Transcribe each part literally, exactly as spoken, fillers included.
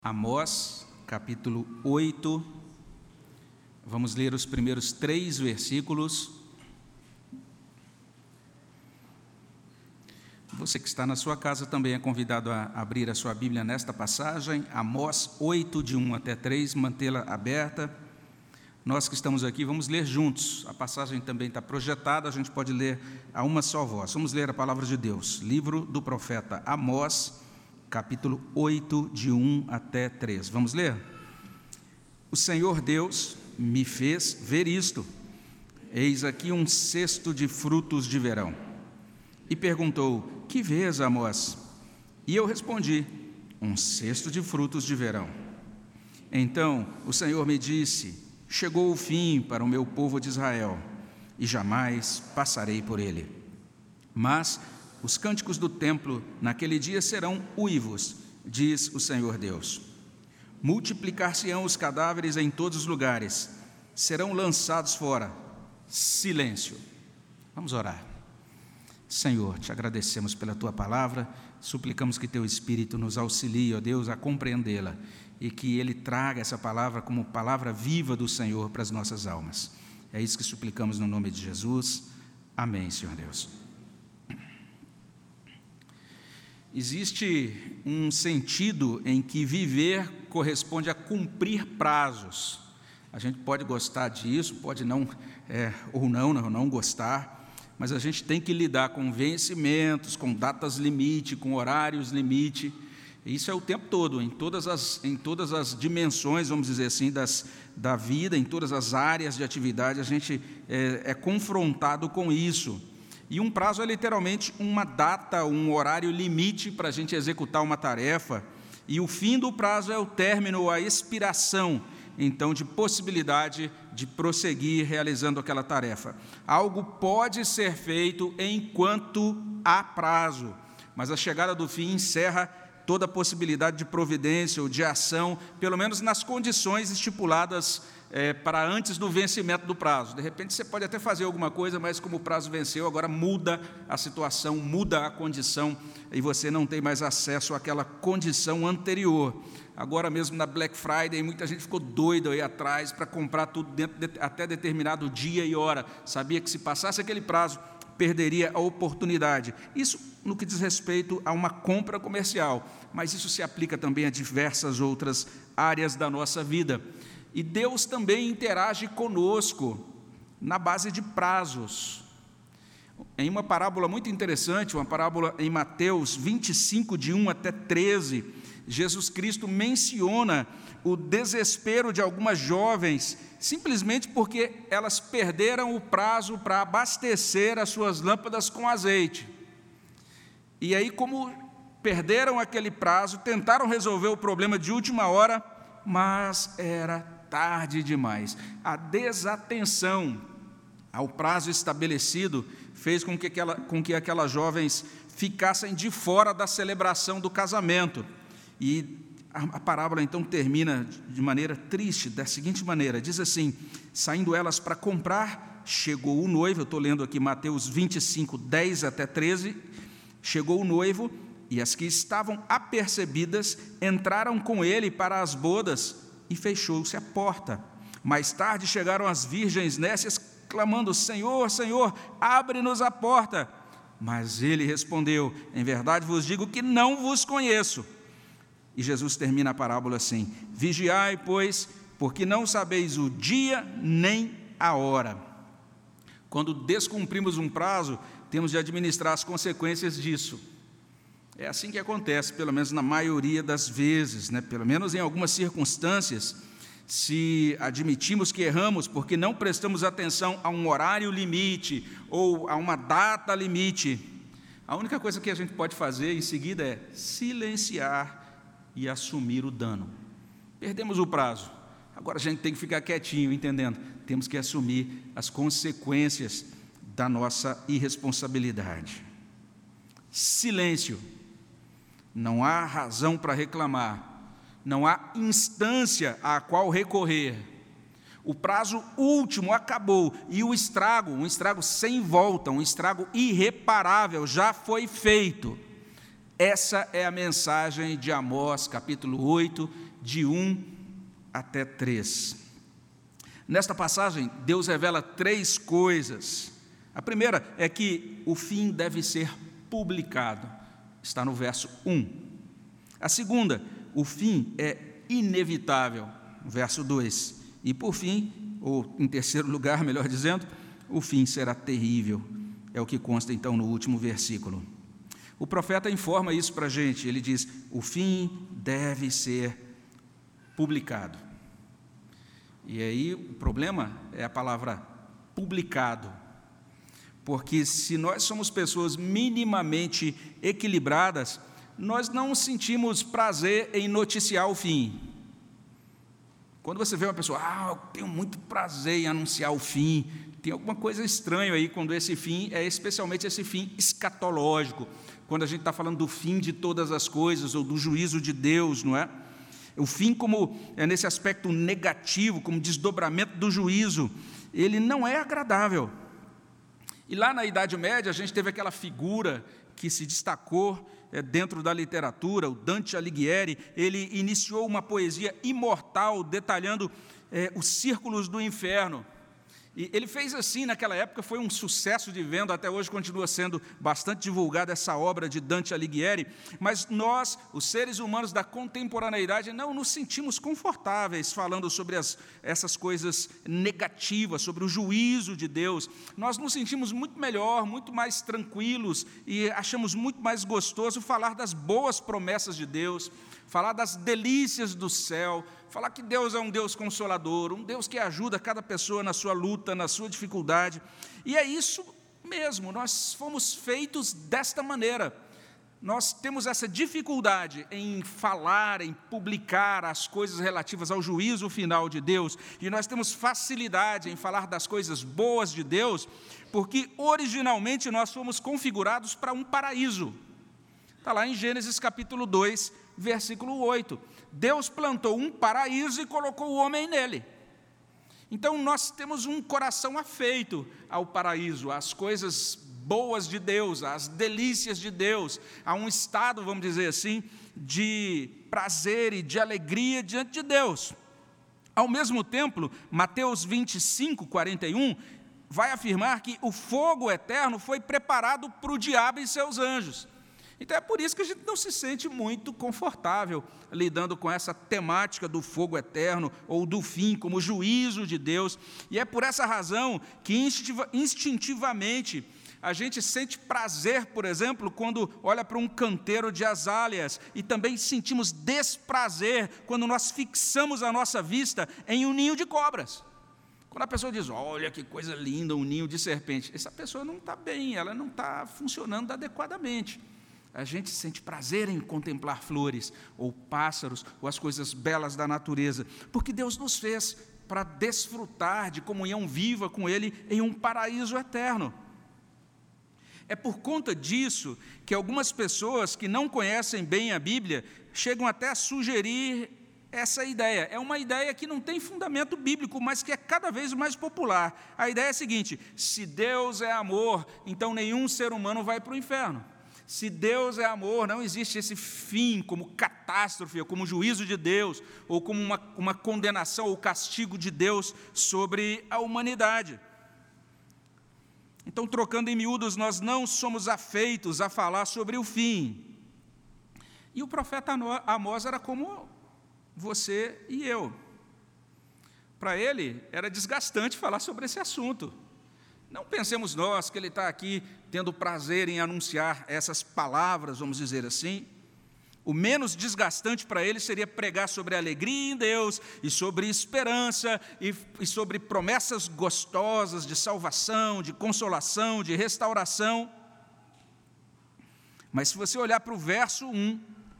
Amós, capítulo oito, vamos ler os primeiros três versículos. Você que está na sua casa também é convidado a abrir a sua Bíblia nesta passagem, Amós oito, de um até três, mantê-la aberta. Nós que estamos aqui vamos ler juntos, a passagem também está projetada, a gente pode ler a uma só voz. Vamos ler a palavra de Deus, livro do profeta Amós, capítulo oito, de um até três. Vamos ler? O Senhor Deus me fez ver isto. Eis aqui um cesto de frutos de verão. E perguntou: que vês, Amós? E eu respondi: um cesto de frutos de verão. Então o Senhor me disse: chegou o fim para o meu povo de Israel, e jamais passarei por ele. Mas os cânticos do templo naquele dia serão uivos, diz o Senhor Deus. Multiplicar-se-ão os cadáveres em todos os lugares, serão lançados fora. Silêncio. Vamos orar. Senhor, te agradecemos pela tua palavra, suplicamos que teu Espírito nos auxilie, ó Deus, a compreendê-la, e que ele traga essa palavra como palavra viva do Senhor para as nossas almas. É isso que suplicamos no nome de Jesus. Amém, Senhor Deus. Existe um sentido em que viver corresponde a cumprir prazos. A gente pode gostar disso, pode não, é, ou não, não, não gostar, mas a gente tem que lidar com vencimentos, com datas limite, com horários limite. Isso é o tempo todo, em todas as, em todas as dimensões, vamos dizer assim, das, da vida, em todas as áreas de atividade, a gente é, é confrontado com isso. E um prazo é literalmente uma data, um horário limite para a gente executar uma tarefa, e o fim do prazo é o término, a expiração, então, de possibilidade de prosseguir realizando aquela tarefa. Algo pode ser feito enquanto há prazo, mas a chegada do fim encerra toda a possibilidade de providência ou de ação, pelo menos nas condições estipuladas é, para antes do vencimento do prazo. De repente você pode até fazer alguma coisa, mas como o prazo venceu, agora muda a situação, muda a condição, e você não tem mais acesso àquela condição anterior. Agora mesmo na Black Friday, muita gente ficou doida aí atrás para comprar tudo dentro de, até determinado dia e hora. Sabia que se passasse aquele prazo, perderia a oportunidade. Isso no que diz respeito a uma compra comercial, mas isso se aplica também a diversas outras áreas da nossa vida. E Deus também interage conosco na base de prazos. Em uma parábola muito interessante, uma parábola em Mateus vinte e cinco, de um até treze, Jesus Cristo menciona o desespero de algumas jovens, simplesmente porque elas perderam o prazo para abastecer as suas lâmpadas com azeite. E aí, como perderam aquele prazo, tentaram resolver o problema de última hora, mas era tarde demais. A desatenção ao prazo estabelecido fez com que, aquela, com que aquelas jovens ficassem de fora da celebração do casamento. E a, a parábola então termina de maneira triste, da seguinte maneira, diz assim: saindo elas para comprar, chegou o noivo. Eu estou lendo aqui Mateus vinte e cinco, dez até treze, chegou o noivo, e as que estavam apercebidas entraram com ele para as bodas, e fechou-se a porta. Mais tarde chegaram as virgens nécias, clamando: Senhor, Senhor, abre-nos a porta. Mas ele respondeu: em verdade vos digo que não vos conheço. E Jesus termina a parábola assim: vigiai, pois, porque não sabeis o dia nem a hora. Quando descumprimos um prazo, temos de administrar as consequências disso. É assim que acontece, pelo menos na maioria das vezes, né? Pelo menos em algumas circunstâncias, se admitimos que erramos porque não prestamos atenção a um horário limite ou a uma data limite, a única coisa que a gente pode fazer em seguida é silenciar e assumir o dano. Perdemos o prazo, agora a gente tem que ficar quietinho, entendendo? Temos que assumir as consequências da nossa irresponsabilidade. Silêncio. Não há razão para reclamar, não há instância à qual recorrer. O prazo último acabou e o estrago, um estrago sem volta, um estrago irreparável já foi feito. Essa é a mensagem de Amós, capítulo oito, de um até três. Nesta passagem, Deus revela três coisas. A primeira é que o fim deve ser publicado, está no verso um. A segunda, o fim é inevitável, verso dois. E por fim, ou em terceiro lugar, melhor dizendo, o fim será terrível, é o que consta então no último versículo. O profeta informa isso para a gente, ele diz, o fim deve ser publicado. E aí o problema é a palavra publicado, porque se nós somos pessoas minimamente equilibradas, nós não sentimos prazer em noticiar o fim. Quando você vê uma pessoa, ah, eu tenho muito prazer em anunciar o fim, tem alguma coisa estranha aí quando esse fim é especialmente esse fim escatológico, quando a gente está falando do fim de todas as coisas, ou do juízo de Deus, não é? O fim como, é nesse aspecto negativo, como desdobramento do juízo, ele não é agradável. E lá na Idade Média, a gente teve aquela figura que se destacou é, dentro da literatura, o Dante Alighieri. Ele iniciou uma poesia imortal, detalhando é, os círculos do inferno. E ele fez assim, naquela época, foi um sucesso de venda, até hoje continua sendo bastante divulgada essa obra de Dante Alighieri, mas nós, os seres humanos da contemporaneidade, não nos sentimos confortáveis falando sobre as, essas coisas negativas, sobre o juízo de Deus. Nós nos sentimos muito melhor, muito mais tranquilos e achamos muito mais gostoso falar das boas promessas de Deus, falar das delícias do céu, falar que Deus é um Deus consolador, um Deus que ajuda cada pessoa na sua luta, na sua dificuldade. E é isso mesmo, nós fomos feitos desta maneira. Nós temos essa dificuldade em falar, em publicar as coisas relativas ao juízo final de Deus, e nós temos facilidade em falar das coisas boas de Deus, porque originalmente nós fomos configurados para um paraíso. Está lá em Gênesis capítulo dois, versículo oito. Deus plantou um paraíso e colocou o homem nele. Então, nós temos um coração afeito ao paraíso, às coisas boas de Deus, às delícias de Deus, a um estado, vamos dizer assim, de prazer e de alegria diante de Deus. Ao mesmo tempo, Mateus vinte e cinco, quarenta e um, vai afirmar que o fogo eterno foi preparado para o diabo e seus anjos. Então, é por isso que a gente não se sente muito confortável lidando com essa temática do fogo eterno ou do fim, como juízo de Deus. E é por essa razão que instintivamente a gente sente prazer, por exemplo, quando olha para um canteiro de azáleas, e também sentimos desprazer quando nós fixamos a nossa vista em um ninho de cobras. Quando a pessoa diz, olha que coisa linda, um ninho de serpente, essa pessoa não está bem, ela não está funcionando adequadamente. A gente sente prazer em contemplar flores, ou pássaros, ou as coisas belas da natureza, porque Deus nos fez para desfrutar de comunhão viva com Ele em um paraíso eterno. É por conta disso que algumas pessoas que não conhecem bem a Bíblia chegam até a sugerir essa ideia. É uma ideia que não tem fundamento bíblico, mas que é cada vez mais popular. A ideia é a seguinte: se Deus é amor, então nenhum ser humano vai para o inferno. Se Deus é amor, não existe esse fim como catástrofe, ou como juízo de Deus, ou como uma, uma condenação ou castigo de Deus sobre a humanidade. Então, trocando em miúdos, nós não somos afeitos a falar sobre o fim. E o profeta Amós era como você e eu. Para ele, era desgastante falar sobre esse assunto. Não pensemos nós que ele está aqui tendo prazer em anunciar essas palavras, vamos dizer assim. O menos desgastante para ele seria pregar sobre alegria em Deus, e sobre esperança, e, e sobre promessas gostosas de salvação, de consolação, de restauração. Mas se você olhar para o verso um,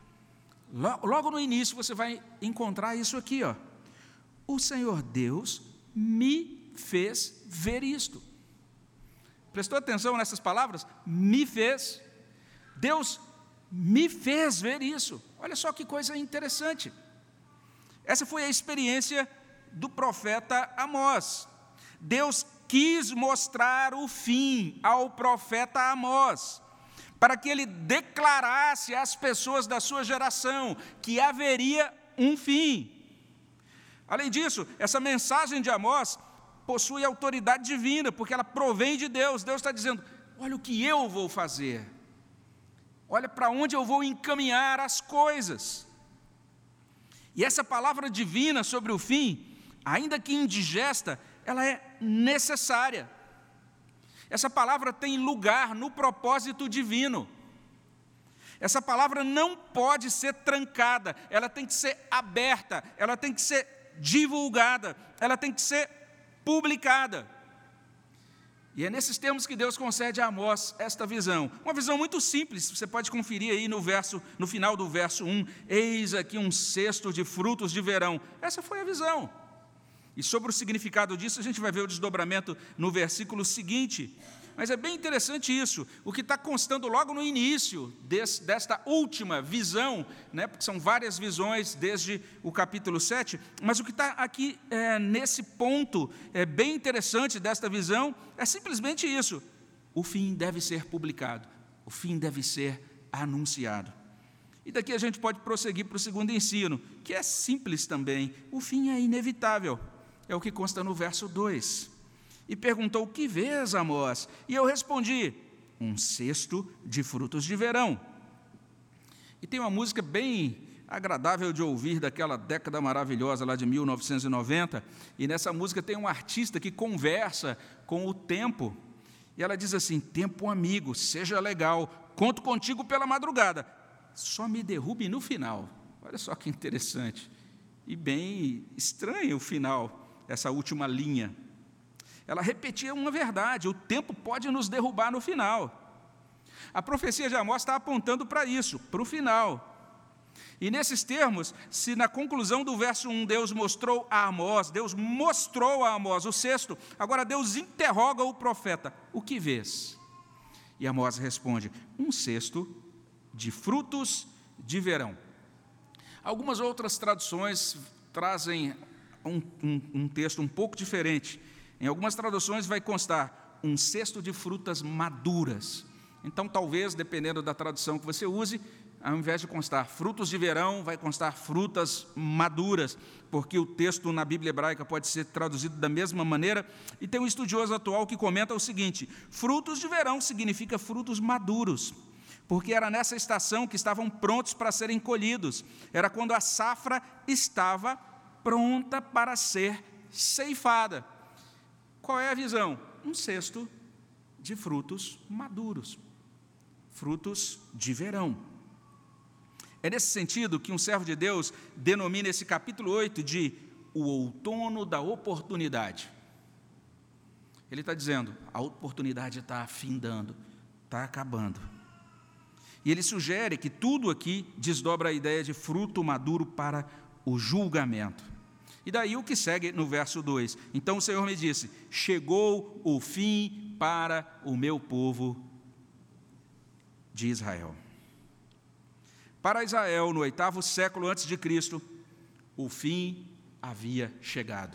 logo no início você vai encontrar isso aqui, ó. O Senhor Deus me fez ver isto. Prestou atenção nessas palavras? Me fez. Deus me fez ver isso. Olha só que coisa interessante. Essa foi a experiência do profeta Amós. Deus quis mostrar o fim ao profeta Amós, para que ele declarasse às pessoas da sua geração que haveria um fim. Além disso, essa mensagem de Amós possui autoridade divina, porque ela provém de Deus. Deus está dizendo, olha o que eu vou fazer, olha para onde eu vou encaminhar as coisas. E essa palavra divina sobre o fim, ainda que indigesta, ela é necessária. Essa palavra tem lugar no propósito divino. Essa palavra não pode ser trancada, ela tem que ser aberta, ela tem que ser divulgada, ela tem que ser publicada. E é nesses termos que Deus concede a Amós esta visão. Uma visão muito simples, você pode conferir aí no, verso, no final do verso um, eis aqui um cesto de frutos de verão. Essa foi a visão. E sobre o significado disso, a gente vai ver o desdobramento no versículo seguinte. Mas é bem interessante isso, o que está constando logo no início desse, desta última visão, né, porque são várias visões desde o capítulo sete, mas o que está aqui é, nesse ponto é bem interessante desta visão é simplesmente isso: o fim deve ser publicado, o fim deve ser anunciado. E daqui a gente pode prosseguir para o segundo ensino, que é simples também, o fim é inevitável, é o que consta no verso dois. E perguntou, que vês, Amós? E eu respondi, um cesto de frutos de verão. E tem uma música bem agradável de ouvir, daquela década maravilhosa lá de mil novecentos e noventa, e nessa música tem um artista que conversa com o tempo, e ela diz assim, tempo amigo, seja legal, conto contigo pela madrugada, só me derrube no final. Olha só que interessante, e bem estranho o final, essa última linha. Ela repetia uma verdade, o tempo pode nos derrubar no final. A profecia de Amós está apontando para isso, para o final. E nesses termos, se na conclusão do verso um Deus mostrou a Amós, Deus mostrou a Amós o cesto, agora Deus interroga o profeta, o que vês? E Amós responde, um cesto de frutos de verão. Algumas outras traduções trazem um, um, um texto um pouco diferente. Em algumas traduções vai constar um cesto de frutas maduras. Então, talvez, dependendo da tradução que você use, ao invés de constar frutos de verão, vai constar frutas maduras, porque o texto na Bíblia hebraica pode ser traduzido da mesma maneira. E tem um estudioso atual que comenta o seguinte, frutos de verão significa frutos maduros, porque era nessa estação que estavam prontos para serem colhidos. Era quando a safra estava pronta para ser ceifada. Qual é a visão? Um cesto de frutos maduros, frutos de verão. É nesse sentido que um servo de Deus denomina esse capítulo oito de o outono da oportunidade. Ele está dizendo, a oportunidade está afindando, está acabando. E ele sugere que tudo aqui desdobra a ideia de fruto maduro para o julgamento. E daí o que segue no verso dois. Então o Senhor me disse, chegou o fim para o meu povo de Israel. Para Israel, no oitavo século antes de Cristo, o fim havia chegado.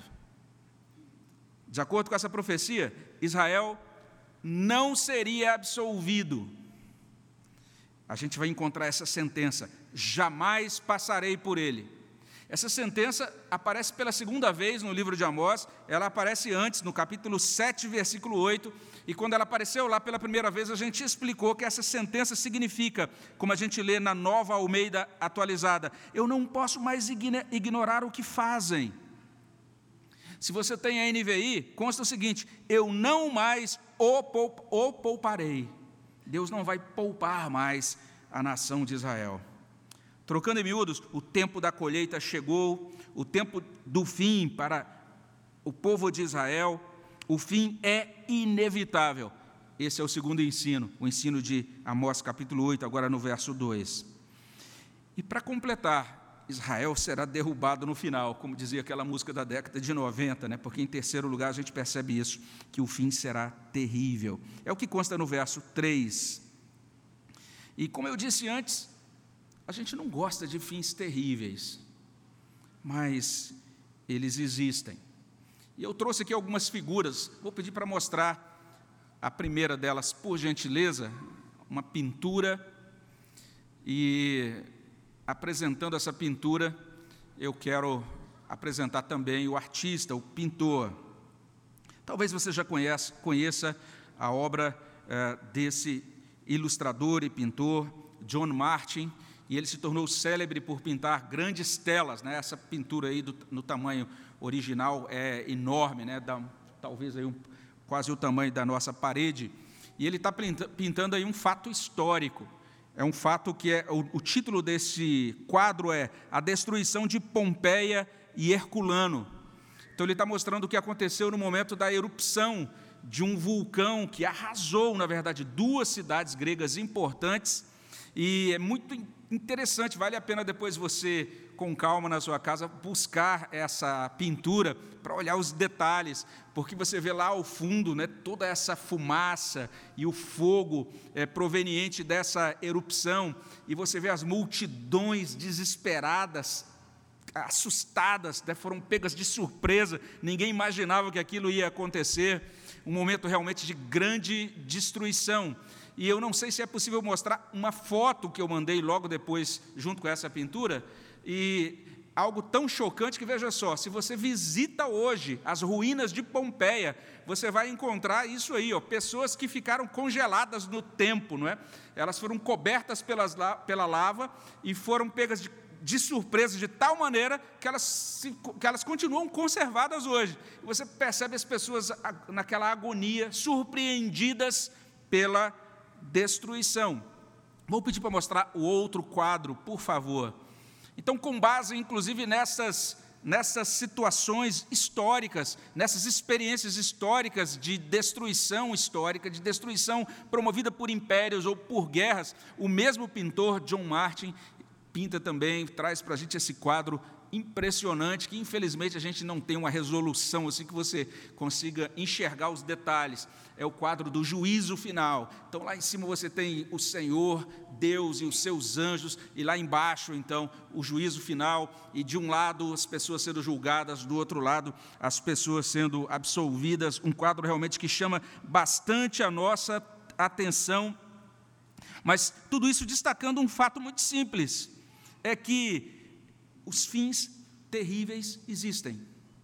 De acordo com essa profecia, Israel não seria absolvido. A gente vai encontrar essa sentença, jamais passarei por ele. Essa sentença aparece pela segunda vez no livro de Amós, ela aparece antes, no capítulo sete, versículo oito, e quando ela apareceu lá pela primeira vez, a gente explicou que essa sentença significa, como a gente lê na Nova Almeida atualizada, eu não posso mais ignorar o que fazem. Se você tem a N V I, consta o seguinte, eu não mais o pouparei. Deus não vai poupar mais a nação de Israel. Trocando em miúdos, o tempo da colheita chegou, o tempo do fim para o povo de Israel, o fim é inevitável. Esse é o segundo ensino, o ensino de Amós capítulo oito, agora no verso dois. E para completar, Israel será derrubado no final, como dizia aquela música da década de noventa, né? Porque em terceiro lugar a gente percebe isso, que o fim será terrível. É o que consta no verso três. E como eu disse antes, a gente não gosta de fins terríveis, mas eles existem. E eu trouxe aqui algumas figuras, vou pedir para mostrar a primeira delas, por gentileza, uma pintura, e apresentando essa pintura, eu quero apresentar também o artista, o pintor. Talvez você já conheça, conheça a obra eh, desse ilustrador e pintor, John Martin, e ele se tornou célebre por pintar grandes telas, né? Essa pintura aí do, no tamanho original é enorme, né? Dá, talvez aí um, quase o tamanho da nossa parede, e ele está pintando aí um fato histórico. É um fato que é, o, o título desse quadro é A Destruição de Pompeia e Herculano. Então, ele está mostrando o que aconteceu no momento da erupção de um vulcão que arrasou, na verdade, duas cidades gregas importantes, e é muito interessante, vale a pena depois você, com calma na sua casa, buscar essa pintura para olhar os detalhes, porque você vê lá ao fundo, né, toda essa fumaça e o fogo é, proveniente dessa erupção, e você vê as multidões desesperadas, assustadas, né, foram pegas de surpresa, ninguém imaginava que aquilo ia acontecer, um momento realmente de grande destruição. E eu não sei se é possível mostrar uma foto que eu mandei logo depois, junto com essa pintura, e algo tão chocante que, veja só, se você visita hoje as ruínas de Pompeia, você vai encontrar isso aí, ó, pessoas que ficaram congeladas no tempo, não é? Elas foram cobertas pelas, pela lava e foram pegas de, de surpresa de tal maneira que elas, se, que elas continuam conservadas hoje. Você percebe as pessoas naquela agonia, surpreendidas pela destruição. Vou pedir para mostrar o outro quadro, por favor. Então, com base, inclusive, nessas, nessas situações históricas, nessas experiências históricas de destruição histórica, de destruição promovida por impérios ou por guerras, o mesmo pintor, John Martin, pinta também, traz para a gente esse quadro impressionante, que infelizmente a gente não tem uma resolução assim que você consiga enxergar os detalhes. É o quadro do juízo final. Então, lá em cima você tem o Senhor, Deus e os seus anjos, e lá embaixo, então, o juízo final, e de um lado as pessoas sendo julgadas, do outro lado as pessoas sendo absolvidas. Um quadro realmente que chama bastante a nossa atenção, mas tudo isso destacando um fato muito simples, é que os fins terríveis existem.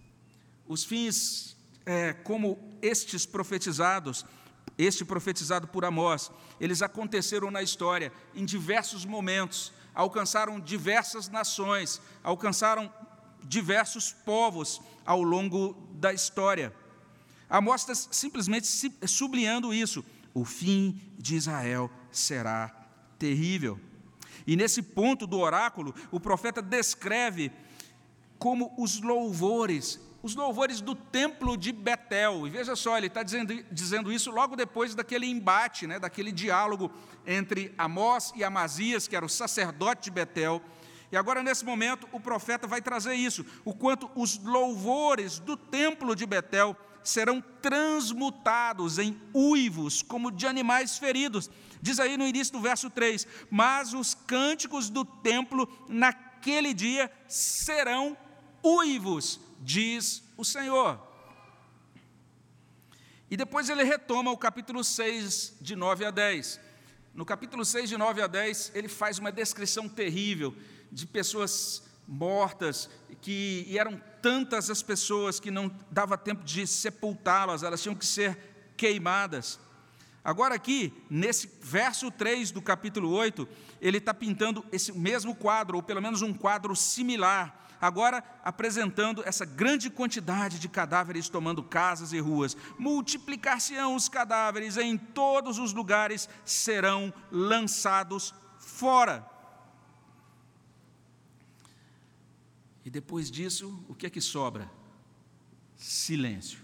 Os fins, é, como estes profetizados, este profetizado por Amós, eles aconteceram na história em diversos momentos, alcançaram diversas nações, alcançaram diversos povos ao longo da história. Amós está simplesmente sublinhando isso. O fim de Israel será terrível. E nesse ponto do oráculo, o profeta descreve como os louvores, os louvores do templo de Betel. E veja só, ele está dizendo, dizendo isso logo depois daquele embate, né, daquele diálogo entre Amós e Amazias, que era o sacerdote de Betel. E agora, nesse momento, o profeta vai trazer isso, o quanto os louvores do templo de Betel serão transmutados em uivos, como de animais feridos. Diz aí no início do verso três, mas os cânticos do templo naquele dia serão uivos, diz o Senhor. E depois ele retoma o capítulo seis, de nove a dez. No capítulo seis, de nove a dez, ele faz uma descrição terrível de pessoas mortas, que, e eram tantas as pessoas que não dava tempo de sepultá-las, elas tinham que ser queimadas. Agora aqui, nesse verso três do capítulo oito, ele está pintando esse mesmo quadro, ou pelo menos um quadro similar, agora apresentando essa grande quantidade de cadáveres tomando casas e ruas. Multiplicar-se-ão os cadáveres, em todos os lugares serão lançados fora. E depois disso, o que é que sobra? Silêncio.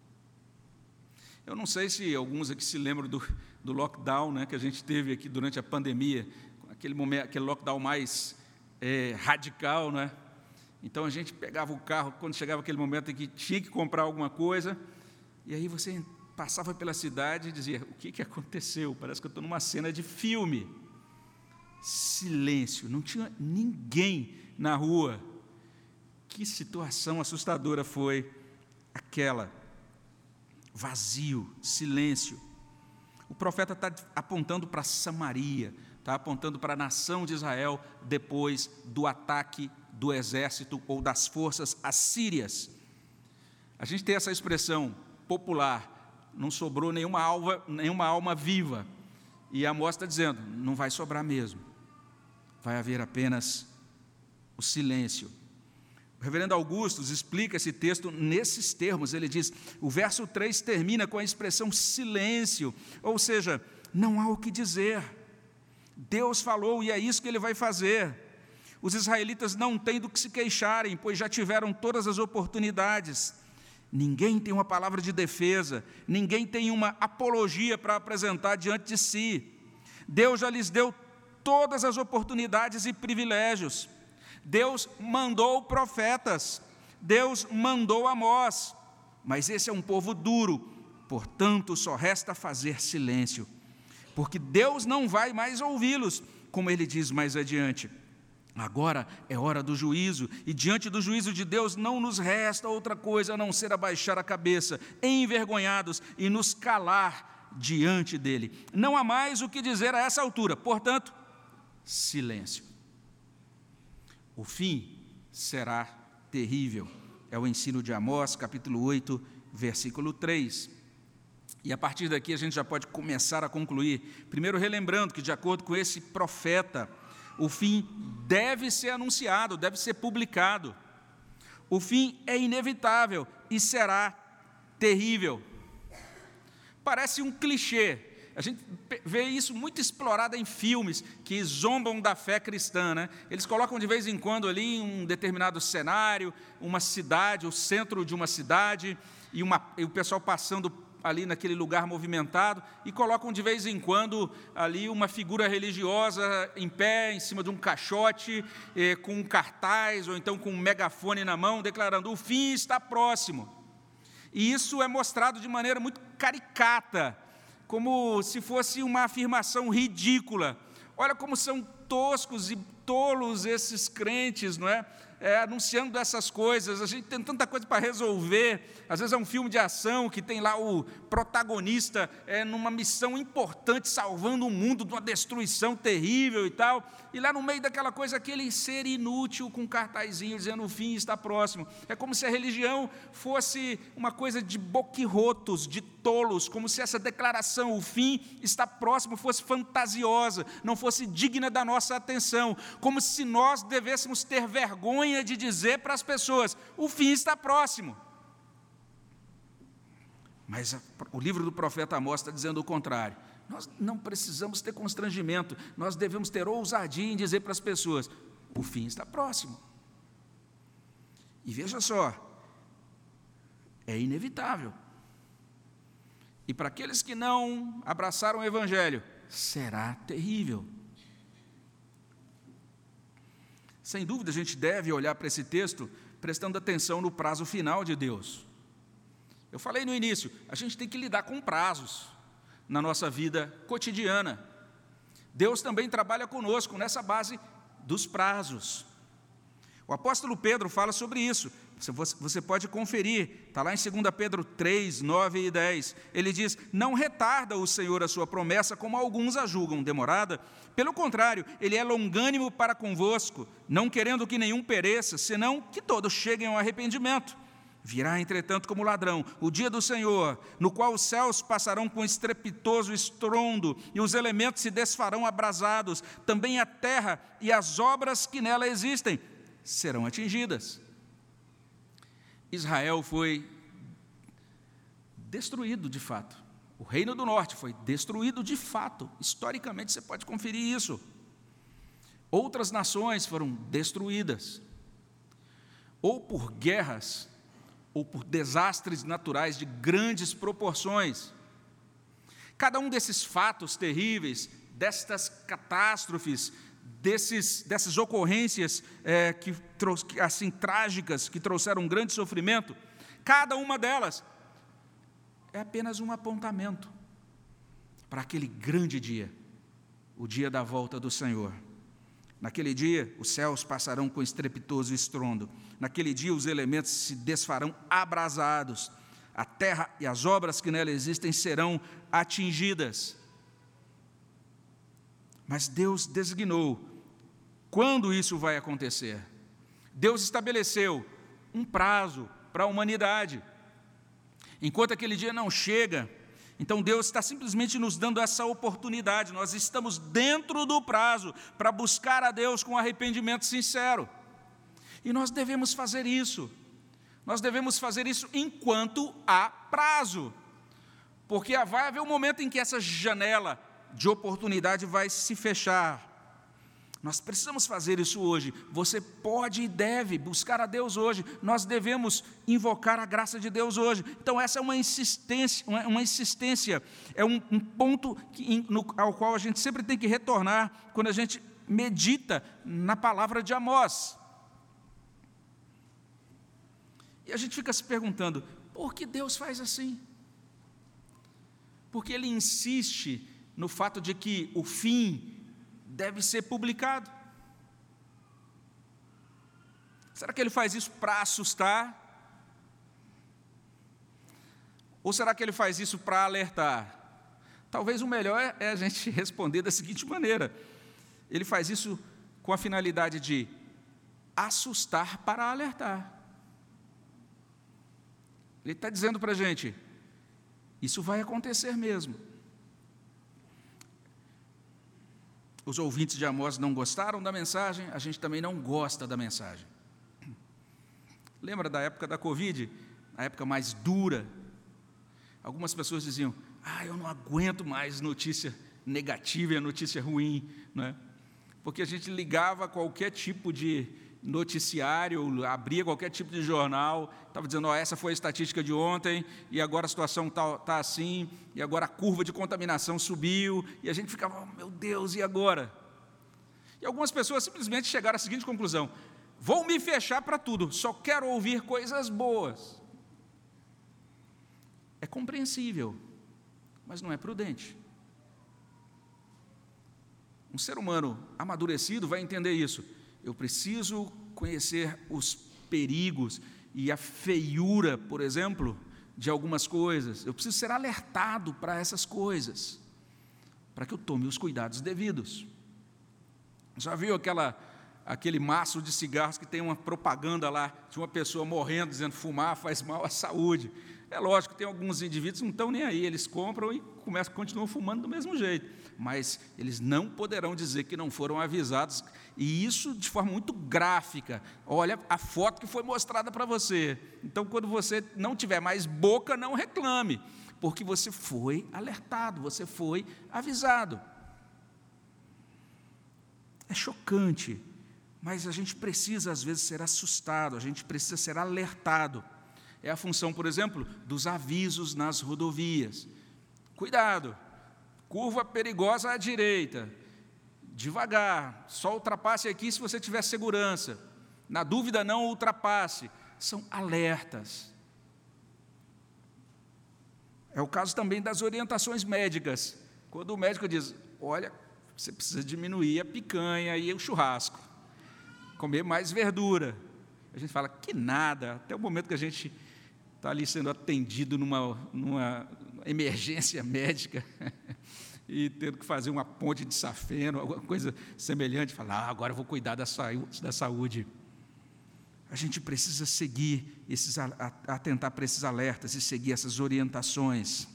Eu não sei se alguns aqui se lembram do, do lockdown, né, que a gente teve aqui durante a pandemia, aquele, momento, aquele lockdown mais é, radical, né? Então a gente pegava o carro, quando chegava aquele momento em que tinha que comprar alguma coisa, e aí você passava pela cidade e dizia, o que, que aconteceu? Parece que eu estou numa cena de filme. Silêncio, não tinha ninguém na rua. Que situação assustadora foi aquela. Vazio, silêncio. O profeta está apontando para Samaria, está apontando para a nação de Israel depois do ataque do exército ou das forças assírias. A gente tem essa expressão popular, não sobrou nenhuma alma, nenhuma alma viva. E Amós está dizendo, não vai sobrar mesmo. Vai haver apenas o silêncio. O reverendo Augustus explica esse texto nesses termos. Ele diz, o verso três termina com a expressão silêncio, ou seja, não há o que dizer. Deus falou e é isso que Ele vai fazer. Os israelitas não têm do que se queixarem, pois já tiveram todas as oportunidades. Ninguém tem uma palavra de defesa, ninguém tem uma apologia para apresentar diante de si. Deus já lhes deu todas as oportunidades e privilégios. Deus mandou profetas, Deus mandou Amós, mas esse é um povo duro, portanto só resta fazer silêncio, porque Deus não vai mais ouvi-los, como ele diz mais adiante. Agora é hora do juízo, e diante do juízo de Deus não nos resta outra coisa a não ser abaixar a cabeça, envergonhados, e nos calar diante dele. Não há mais o que dizer a essa altura, portanto, silêncio. O fim será terrível. É o ensino de Amós, capítulo oito, versículo três. E a partir daqui a gente já pode começar a concluir. Primeiro, relembrando que, de acordo com esse profeta, o fim deve ser anunciado, deve ser publicado. O fim é inevitável e será terrível. Parece um clichê. A gente vê isso muito explorado em filmes que zombam da fé cristã, né? Eles colocam de vez em quando ali um determinado cenário, uma cidade, o centro de uma cidade, e, uma, e o pessoal passando ali naquele lugar movimentado, e colocam de vez em quando ali uma figura religiosa em pé, em cima de um caixote, eh, com um cartaz, ou então com um megafone na mão, declarando, o fim está próximo. E isso é mostrado de maneira muito caricata, como se fosse uma afirmação ridícula. Olha como são toscos e tolos esses crentes, não é? É, anunciando essas coisas, a gente tem tanta coisa para resolver. Às vezes é um filme de ação que tem lá o protagonista é, numa missão importante, salvando o mundo de uma destruição terrível e tal, e lá no meio daquela coisa, aquele ser inútil com um cartazinho dizendo o fim está próximo. É como se a religião fosse uma coisa de boquirrotos, de tolos, como se essa declaração, o fim está próximo, fosse fantasiosa, não fosse digna da nossa atenção, como se nós devêssemos ter vergonha de dizer para as pessoas, o fim está próximo. Mas a, o livro do profeta Amós está dizendo o contrário. Nós não precisamos ter constrangimento, nós devemos ter ousadia em dizer para as pessoas, o fim está próximo. E veja só, é inevitável. E para aqueles que não abraçaram o Evangelho, será terrível. Sem dúvida, a gente deve olhar para esse texto prestando atenção no prazo final de Deus. Eu falei no início, a gente tem que lidar com prazos na nossa vida cotidiana. Deus também trabalha conosco nessa base dos prazos. O apóstolo Pedro fala sobre isso. Você pode conferir, está lá em dois Pedro três, nove e dez. Ele diz, não retarda o Senhor a sua promessa, como alguns a julgam demorada. Pelo contrário, Ele é longânimo para convosco, não querendo que nenhum pereça, senão que todos cheguem ao arrependimento. Virá, entretanto, como ladrão, o dia do Senhor, no qual os céus passarão com estrepitoso estrondo, e os elementos se desfarão abrasados, também a terra e as obras que nela existem serão atingidas. Israel foi destruído de fato. O reino do norte foi destruído de fato. Historicamente você pode conferir isso. Outras nações foram destruídas, ou por guerras, ou por desastres naturais de grandes proporções. Cada um desses fatos terríveis, destas catástrofes, desses, dessas ocorrências é, que, assim, trágicas, que trouxeram um grande sofrimento, cada uma delas é apenas um apontamento para aquele grande dia, o dia da volta do Senhor. Naquele dia, os céus passarão com estrepitoso estrondo. Naquele dia, os elementos se desfarão abrasados. A terra e as obras que nela existem serão atingidas. Mas Deus designou quando isso vai acontecer. Deus estabeleceu um prazo para a humanidade. Enquanto aquele dia não chega, então Deus está simplesmente nos dando essa oportunidade. Nós estamos dentro do prazo para buscar a Deus com arrependimento sincero. E nós devemos fazer isso. Nós devemos fazer isso enquanto há prazo. Porque vai haver um momento em que essa janela de oportunidade vai se fechar. Nós precisamos fazer isso hoje. Você pode e deve buscar a Deus hoje. Nós devemos invocar a graça de Deus hoje. Então essa é uma insistência, uma, uma insistência, é um, um ponto que, no, ao qual a gente sempre tem que retornar quando a gente medita na palavra de Amós. E a gente fica se perguntando, por que Deus faz assim? Porque Ele insiste no fato de que o fim deve ser publicado. Será que Ele faz isso para assustar? Ou será que Ele faz isso para alertar? Talvez o melhor é a gente responder da seguinte maneira: Ele faz isso com a finalidade de assustar para alertar. Ele está dizendo para a gente, isso vai acontecer mesmo. Os ouvintes de Amós não gostaram da mensagem, a gente também não gosta da mensagem. Lembra da época da Covid, a época mais dura? Algumas pessoas diziam, ah, eu não aguento mais notícia negativa e notícia ruim, não é? Porque a gente ligava a qualquer tipo de noticiário, abria qualquer tipo de jornal, estava dizendo, oh, essa foi a estatística de ontem, e agora a situação está tá assim, e agora a curva de contaminação subiu, e a gente ficava, oh, meu Deus, e agora? E algumas pessoas simplesmente chegaram à seguinte conclusão, vou me fechar para tudo, só quero ouvir coisas boas. É compreensível, mas não é prudente. Um ser humano amadurecido vai entender isso. Eu preciso conhecer os perigos e a feiura, por exemplo, de algumas coisas. Eu preciso ser alertado para essas coisas, para que eu tome os cuidados devidos. Já viu aquela, aquele maço de cigarros que tem uma propaganda lá de uma pessoa morrendo, dizendo que fumar faz mal à saúde? É lógico, tem alguns indivíduos que não estão nem aí, eles compram e começam, continuam fumando do mesmo jeito, mas eles não poderão dizer que não foram avisados, e isso de forma muito gráfica. Olha a foto que foi mostrada para você. Então, quando você não tiver mais boca, não reclame, porque você foi alertado, você foi avisado. É chocante, mas a gente precisa, às vezes, ser assustado, a gente precisa ser alertado. É a função, por exemplo, dos avisos nas rodovias. Cuidado, curva perigosa à direita, devagar, só ultrapasse aqui se você tiver segurança. Na dúvida, não ultrapasse. São alertas. É o caso também das orientações médicas. Quando o médico diz, olha, você precisa diminuir a picanha e o churrasco, comer mais verdura. A gente fala, que nada, até o momento que a gente está ali sendo atendido numa, numa emergência médica e tendo que fazer uma ponte de safeno, alguma coisa semelhante, falar, ah, agora eu vou cuidar da saúde, da saúde. A gente precisa seguir, esses, atentar para esses alertas e seguir essas orientações.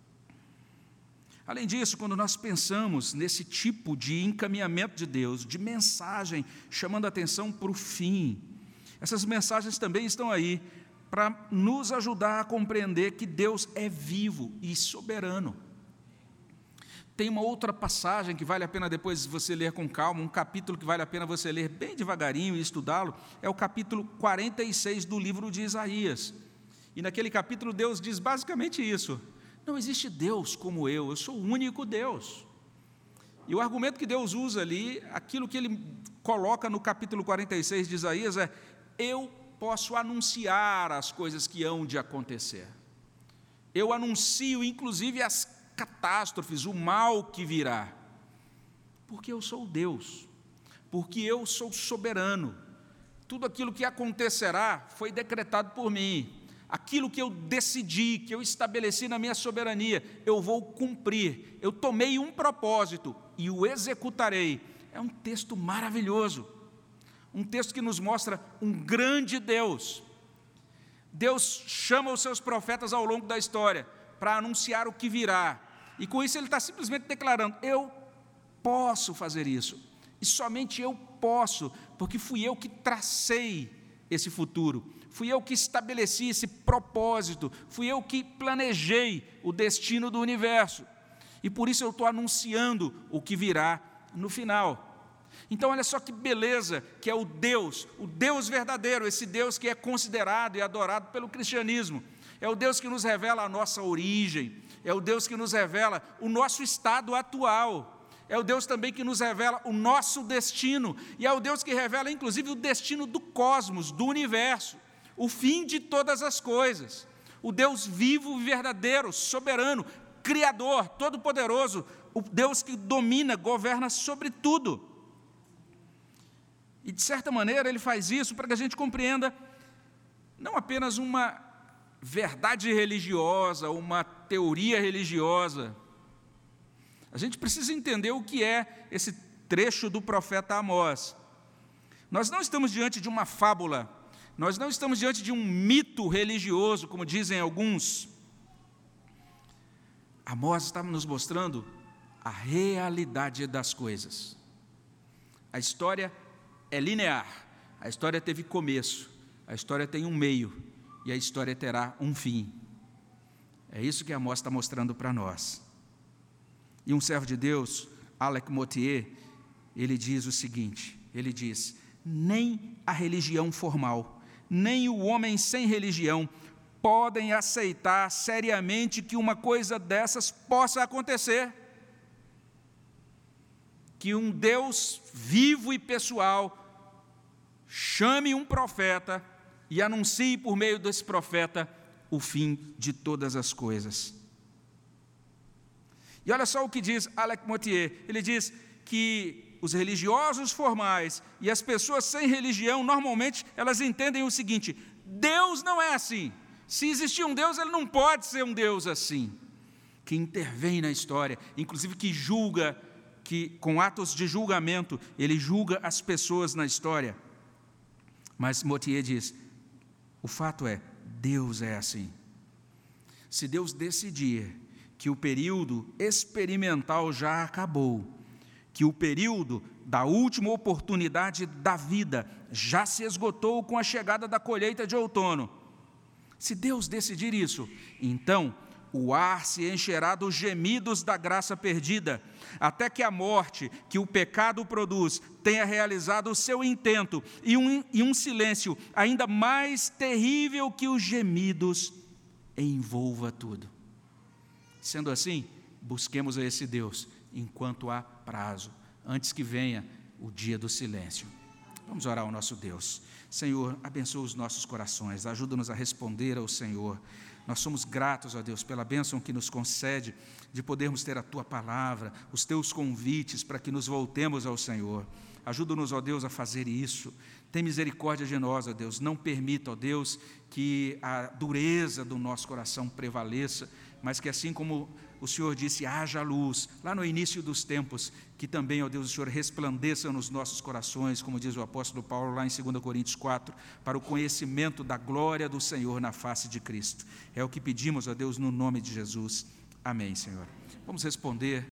Além disso, quando nós pensamos nesse tipo de encaminhamento de Deus, de mensagem chamando a atenção para o fim, essas mensagens também estão aí para nos ajudar a compreender que Deus é vivo e soberano. Tem uma outra passagem que vale a pena depois você ler com calma, um capítulo que vale a pena você ler bem devagarinho e estudá-lo, é o capítulo quarenta e seis do livro de Isaías. E naquele capítulo Deus diz basicamente isso, não existe Deus como eu, eu sou o único Deus. E o argumento que Deus usa ali, aquilo que Ele coloca no capítulo quarenta e seis de Isaías é, eu posso anunciar as coisas que hão de acontecer. Eu anuncio, inclusive, as catástrofes, o mal que virá. Porque eu sou Deus, porque eu sou soberano. Tudo aquilo que acontecerá foi decretado por mim. Aquilo que eu decidi, que eu estabeleci na minha soberania, eu vou cumprir. Eu tomei um propósito e o executarei. É um texto maravilhoso. um texto que nos mostra um grande Deus. Deus chama os seus profetas ao longo da história para anunciar o que virá, e com isso ele está simplesmente declarando: eu posso fazer isso, e somente eu posso, porque fui eu que tracei esse futuro, fui eu que estabeleci esse propósito, fui eu que planejei o destino do universo, e por isso eu estou anunciando o que virá no final. Então olha só que beleza que é o Deus, o Deus verdadeiro, esse Deus que é considerado e adorado pelo cristianismo. É o Deus que nos revela a nossa origem, é o Deus que nos revela o nosso estado atual, é o Deus também que nos revela o nosso destino, e é o Deus que revela inclusive o destino do cosmos, do universo, o fim de todas as coisas. O Deus vivo e verdadeiro, soberano, criador, todo-poderoso, o Deus que domina, governa sobre tudo. E, de certa maneira, ele faz isso para que a gente compreenda não apenas uma verdade religiosa, uma teoria religiosa. A gente precisa entender o que é esse trecho do profeta Amós. Nós não estamos diante de uma fábula, nós não estamos diante de um mito religioso, como dizem alguns. Amós estava nos mostrando a realidade das coisas. A história é linear, a história teve começo, a história tem um meio, e a história terá um fim. É isso que Amós está mostrando para nós. E um servo de Deus, Alec Motyer, ele diz o seguinte, ele diz: nem a religião formal, nem o homem sem religião podem aceitar seriamente que uma coisa dessas possa acontecer. Que um Deus vivo e pessoal chame um profeta e anuncie por meio desse profeta o fim de todas as coisas. E olha só o que diz Alec Motyer, ele diz que os religiosos formais e as pessoas sem religião, normalmente, elas entendem o seguinte: Deus não é assim. Se existir um Deus, ele não pode ser um Deus assim, que intervém na história, inclusive que julga, que com atos de julgamento, ele julga as pessoas na história. Mas Motyer diz, o fato é, Deus é assim. Se Deus decidir que o período experimental já acabou, que o período da última oportunidade da vida já se esgotou com a chegada da colheita de outono, se Deus decidir isso, então o ar se encherá dos gemidos da graça perdida, até que a morte que o pecado produz tenha realizado o seu intento, e um, e um silêncio ainda mais terrível que os gemidos envolva tudo. Sendo assim, busquemos a esse Deus enquanto há prazo, antes que venha o dia do silêncio. Vamos orar ao nosso Deus. Senhor, abençoa os nossos corações, ajuda-nos a responder ao Senhor. Nós somos gratos, ó Deus, pela bênção que nos concede de podermos ter a Tua palavra, os Teus convites para que nos voltemos ao Senhor. Ajuda-nos, ó Deus, a fazer isso. Tem misericórdia de nós, ó Deus. Não permita, ó Deus, que a dureza do nosso coração prevaleça, mas que assim como o Senhor disse, haja luz, lá no início dos tempos, que também, ó Deus, o Senhor resplandeça nos nossos corações, como diz o apóstolo Paulo lá em dois Coríntios quatro, para o conhecimento da glória do Senhor na face de Cristo. É o que pedimos, ó Deus, no nome de Jesus. Amém, Senhor. Vamos responder